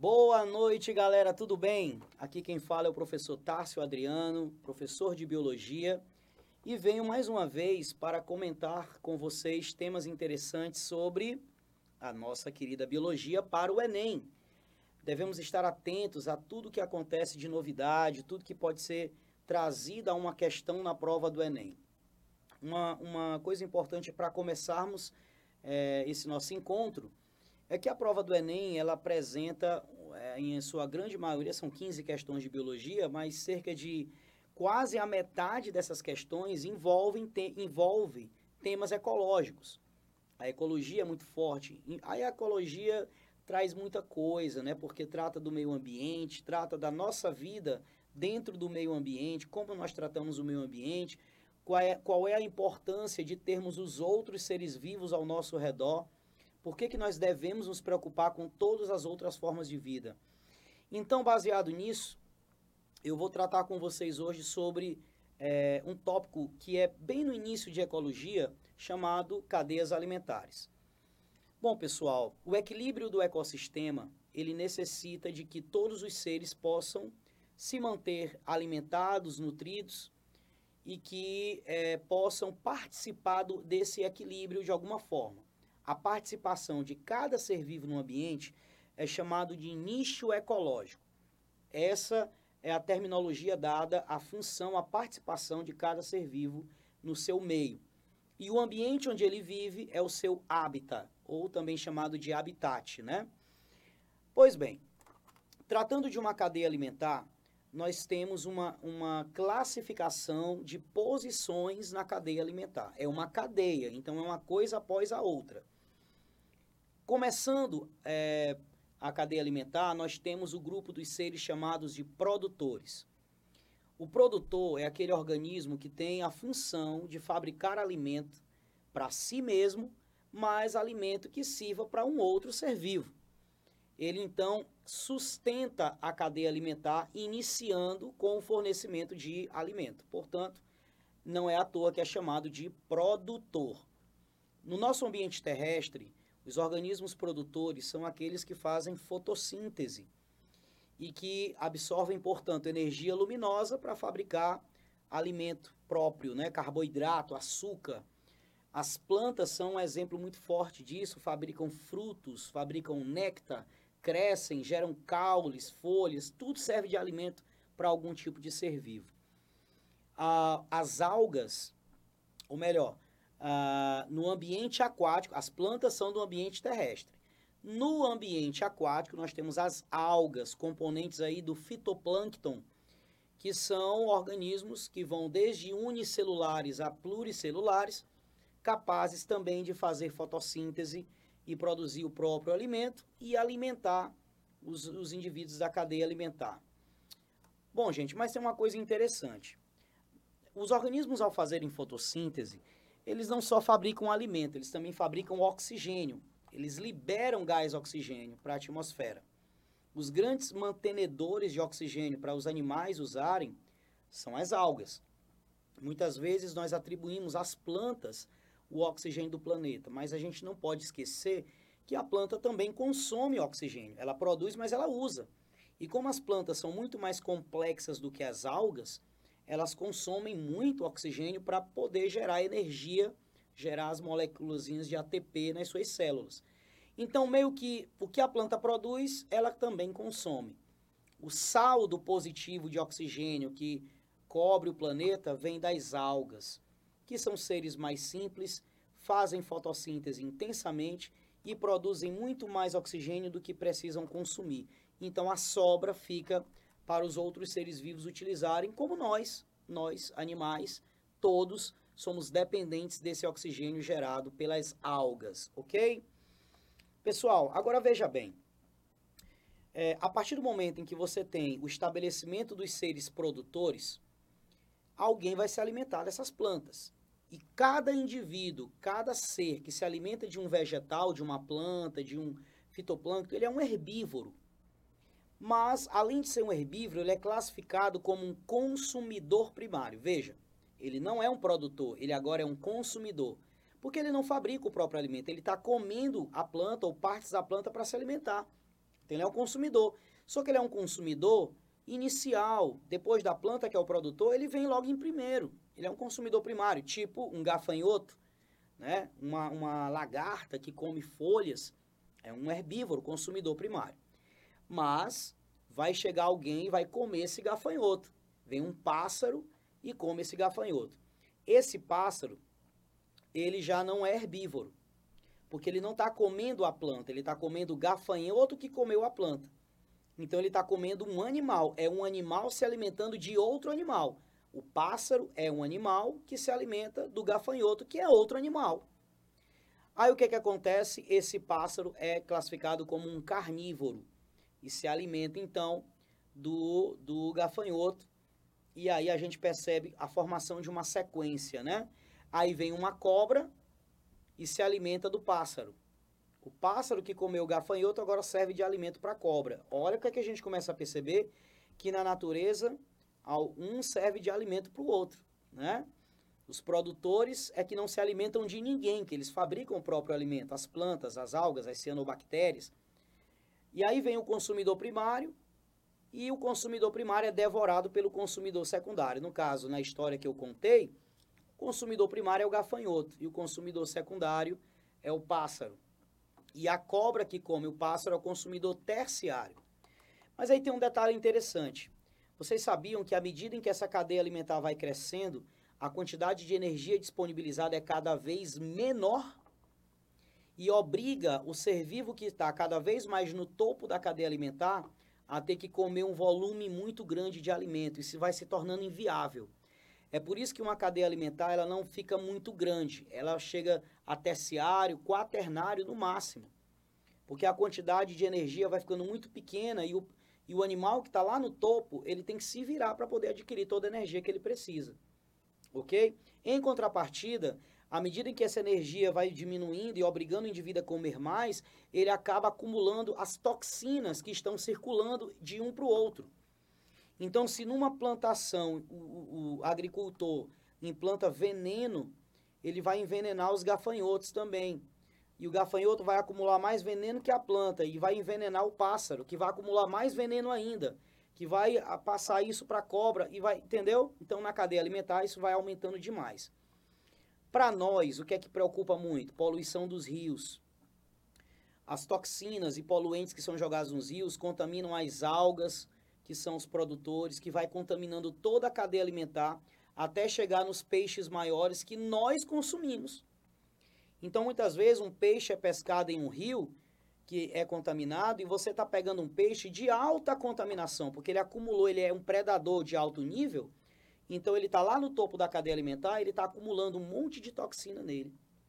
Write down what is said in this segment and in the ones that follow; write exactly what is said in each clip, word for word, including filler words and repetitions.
Boa noite, galera, tudo bem? Aqui quem fala é o professor Tárcio Adriano, professor de Biologia, e venho mais uma vez para comentar com vocês temas interessantes sobre a nossa querida Biologia para o Enem. Devemos estar atentos a tudo que acontece de novidade, tudo que pode ser trazido a uma questão na prova do Enem. Uma, uma coisa importante para começarmos é, esse nosso encontro é que a prova do Enem, ela apresenta, é, em sua grande maioria, são quinze questões de biologia, mas cerca de quase a metade dessas questões envolvem, te, envolve temas ecológicos. A ecologia é muito forte. A ecologia traz muita coisa, né? Porque trata do meio ambiente, trata da nossa vida dentro do meio ambiente, como nós tratamos o meio ambiente, qual é, qual é a importância de termos os outros seres vivos ao nosso redor. Por que que nós devemos nos preocupar com todas as outras formas de vida? Então, baseado nisso, eu vou tratar com vocês hoje sobre é, um tópico que é bem no início de ecologia, chamado cadeias alimentares. Bom, pessoal, o equilíbrio do ecossistema, ele necessita de que todos os seres possam se manter alimentados, nutridos, e que é, possam participar do, desse equilíbrio de alguma forma. A participação de cada ser vivo no ambiente é chamado de nicho ecológico. Essa é a terminologia dada à função, à participação de cada ser vivo no seu meio. E o ambiente onde ele vive é o seu hábitat, ou também chamado de habitat, né? Pois bem, tratando de uma cadeia alimentar, nós temos uma, uma classificação de posições na cadeia alimentar. É uma cadeia, então é uma coisa após a outra. Começando é, a cadeia alimentar, nós temos o grupo dos seres chamados de produtores. O produtor é aquele organismo que tem a função de fabricar alimento para si mesmo, mas alimento que sirva para um outro ser vivo. Ele, então, sustenta a cadeia alimentar, iniciando com o fornecimento de alimento. Portanto, não é à toa que é chamado de produtor. No nosso ambiente terrestre, os organismos produtores são aqueles que fazem fotossíntese e que absorvem, portanto, energia luminosa para fabricar alimento próprio, né? Carboidrato, açúcar. As plantas são um exemplo muito forte disso, fabricam frutos, fabricam néctar, crescem, geram caules, folhas, tudo serve de alimento para algum tipo de ser vivo. Ah, as algas, ou melhor, ah, no ambiente aquático, as plantas são do ambiente terrestre. No ambiente aquático, nós temos as algas, componentes aí do fitoplâncton, que são organismos que vão desde unicelulares a pluricelulares, capazes também de fazer fotossíntese e produzir o próprio alimento e alimentar os, os indivíduos da cadeia alimentar. Bom, gente, mas tem uma coisa interessante. Os organismos, ao fazerem fotossíntese, eles não só fabricam alimento, eles também fabricam oxigênio. Eles liberam gás oxigênio para a atmosfera. Os grandes mantenedores de oxigênio para os animais usarem são as algas. Muitas vezes nós atribuímos às plantas o oxigênio do planeta, mas a gente não pode esquecer que a planta também consome oxigênio. Ela produz, mas ela usa. E como as plantas são muito mais complexas do que as algas, elas consomem muito oxigênio para poder gerar energia, gerar as moléculas de A T P nas suas células. Então, meio que o que a planta produz, ela também consome. O saldo positivo de oxigênio que cobre o planeta vem das algas, que são seres mais simples, fazem fotossíntese intensamente e produzem muito mais oxigênio do que precisam consumir. Então a sobra fica para os outros seres vivos utilizarem, como nós, nós, animais, todos somos dependentes desse oxigênio gerado pelas algas, ok? Pessoal, agora veja bem, é, a partir do momento em que você tem o estabelecimento dos seres produtores, alguém vai se alimentar dessas plantas. E cada indivíduo, cada ser que se alimenta de um vegetal, de uma planta, de um fitoplâncton, ele é um herbívoro. Mas, além de ser um herbívoro, ele é classificado como um consumidor primário. Veja, ele não é um produtor, ele agora é um consumidor. Porque ele não fabrica o próprio alimento, ele está comendo a planta ou partes da planta para se alimentar. Então ele é um consumidor. Só que ele é um consumidor inicial. Depois da planta, que é o produtor, ele vem logo em primeiro. Ele é um consumidor primário, tipo um gafanhoto, né? Uma, uma lagarta que come folhas. É um herbívoro, consumidor primário. Mas vai chegar alguém e vai comer esse gafanhoto. Vem um pássaro e come esse gafanhoto. Esse pássaro, ele já não é herbívoro, porque ele não está comendo a planta, ele está comendo o gafanhoto que comeu a planta. Então ele está comendo um animal, é um animal se alimentando de outro animal. O pássaro é um animal que se alimenta do gafanhoto, que é outro animal. Aí o que que acontece? Esse pássaro é classificado como um carnívoro e se alimenta então do, do gafanhoto. E aí a gente percebe a formação de uma sequência, né? Aí vem uma cobra e se alimenta do pássaro. O pássaro que comeu o gafanhoto agora serve de alimento para a cobra. Olha o que, é que a gente começa a perceber, que na natureza um serve de alimento para o outro, né? Os produtores é que não se alimentam de ninguém, que eles fabricam o próprio alimento, as plantas, as algas, as cianobactérias. E aí vem o consumidor primário, e o consumidor primário é devorado pelo consumidor secundário. No caso, na história que eu contei, o consumidor primário é o gafanhoto e o consumidor secundário é o pássaro. E a cobra que come o pássaro é o consumidor terciário. Mas aí tem um detalhe interessante. Vocês sabiam que à medida em que essa cadeia alimentar vai crescendo, a quantidade de energia disponibilizada é cada vez menor e obriga o ser vivo que está cada vez mais no topo da cadeia alimentar a ter que comer um volume muito grande de alimento. Isso vai se tornando inviável. É por isso que uma cadeia alimentar ela não fica muito grande. Ela chega a terciário, quaternário no máximo. Porque a quantidade de energia vai ficando muito pequena e o, e o animal que está lá no topo, ele tem que se virar para poder adquirir toda a energia que ele precisa. Ok? Em contrapartida, à medida em que essa energia vai diminuindo e obrigando o indivíduo a comer mais, ele acaba acumulando as toxinas que estão circulando de um para o outro. Então, se numa plantação o, o agricultor implanta veneno, ele vai envenenar os gafanhotos também. E o gafanhoto vai acumular mais veneno que a planta e vai envenenar o pássaro, que vai acumular mais veneno ainda, que vai passar isso para a cobra e vai, entendeu? Então, na cadeia alimentar, isso vai aumentando demais. Para nós, o que é que preocupa muito? Poluição dos rios. As toxinas e poluentes que são jogados nos rios contaminam as algas, que são os produtores, que vai contaminando toda a cadeia alimentar até chegar nos peixes maiores que nós consumimos. Então, muitas vezes, um peixe é pescado em um rio que é contaminado e você está pegando um peixe de alta contaminação, porque ele acumulou, ele é um predador de alto nível, então ele está lá no topo da cadeia alimentar, ele está acumulando um monte de toxina nele.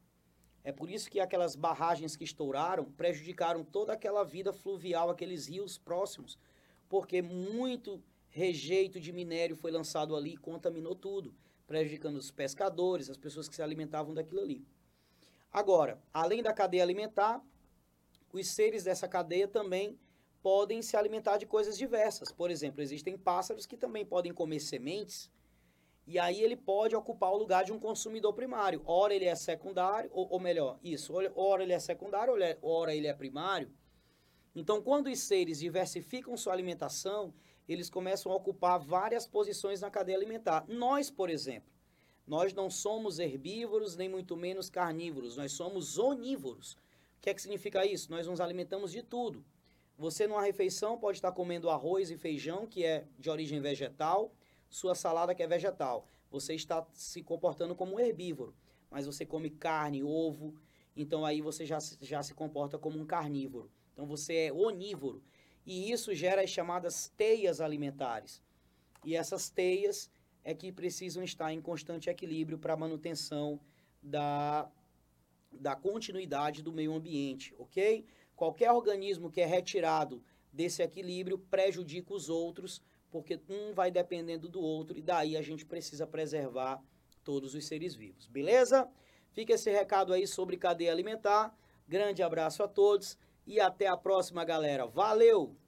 É por isso que aquelas barragens que estouraram prejudicaram toda aquela vida fluvial, aqueles rios próximos, porque muito rejeito de minério foi lançado ali e contaminou tudo, prejudicando os pescadores, as pessoas que se alimentavam daquilo ali. Agora, além da cadeia alimentar, os seres dessa cadeia também podem se alimentar de coisas diversas. Por exemplo, existem pássaros que também podem comer sementes, e aí ele pode ocupar o lugar de um consumidor primário. Ora ele é secundário, ou, ou melhor, isso, ora ele é secundário, ora ele é primário. Então, quando os seres diversificam sua alimentação, eles começam a ocupar várias posições na cadeia alimentar. Nós, por exemplo, nós não somos herbívoros, nem muito menos carnívoros, nós somos onívoros. O que é que significa isso? Nós nos alimentamos de tudo. Você, numa refeição, pode estar comendo arroz e feijão, que é de origem vegetal, sua salada, que é vegetal. Você está se comportando como um herbívoro, mas você come carne, ovo, então aí você já, já se comporta como um carnívoro. Então você é onívoro. E isso gera as chamadas teias alimentares. E essas teias é que precisam estar em constante equilíbrio para a manutenção da, da continuidade do meio ambiente, ok? Qualquer organismo que é retirado desse equilíbrio prejudica os outros, porque um vai dependendo do outro, e daí a gente precisa preservar todos os seres vivos, beleza? Fica esse recado aí sobre cadeia alimentar. Grande abraço a todos e até a próxima, galera. Valeu!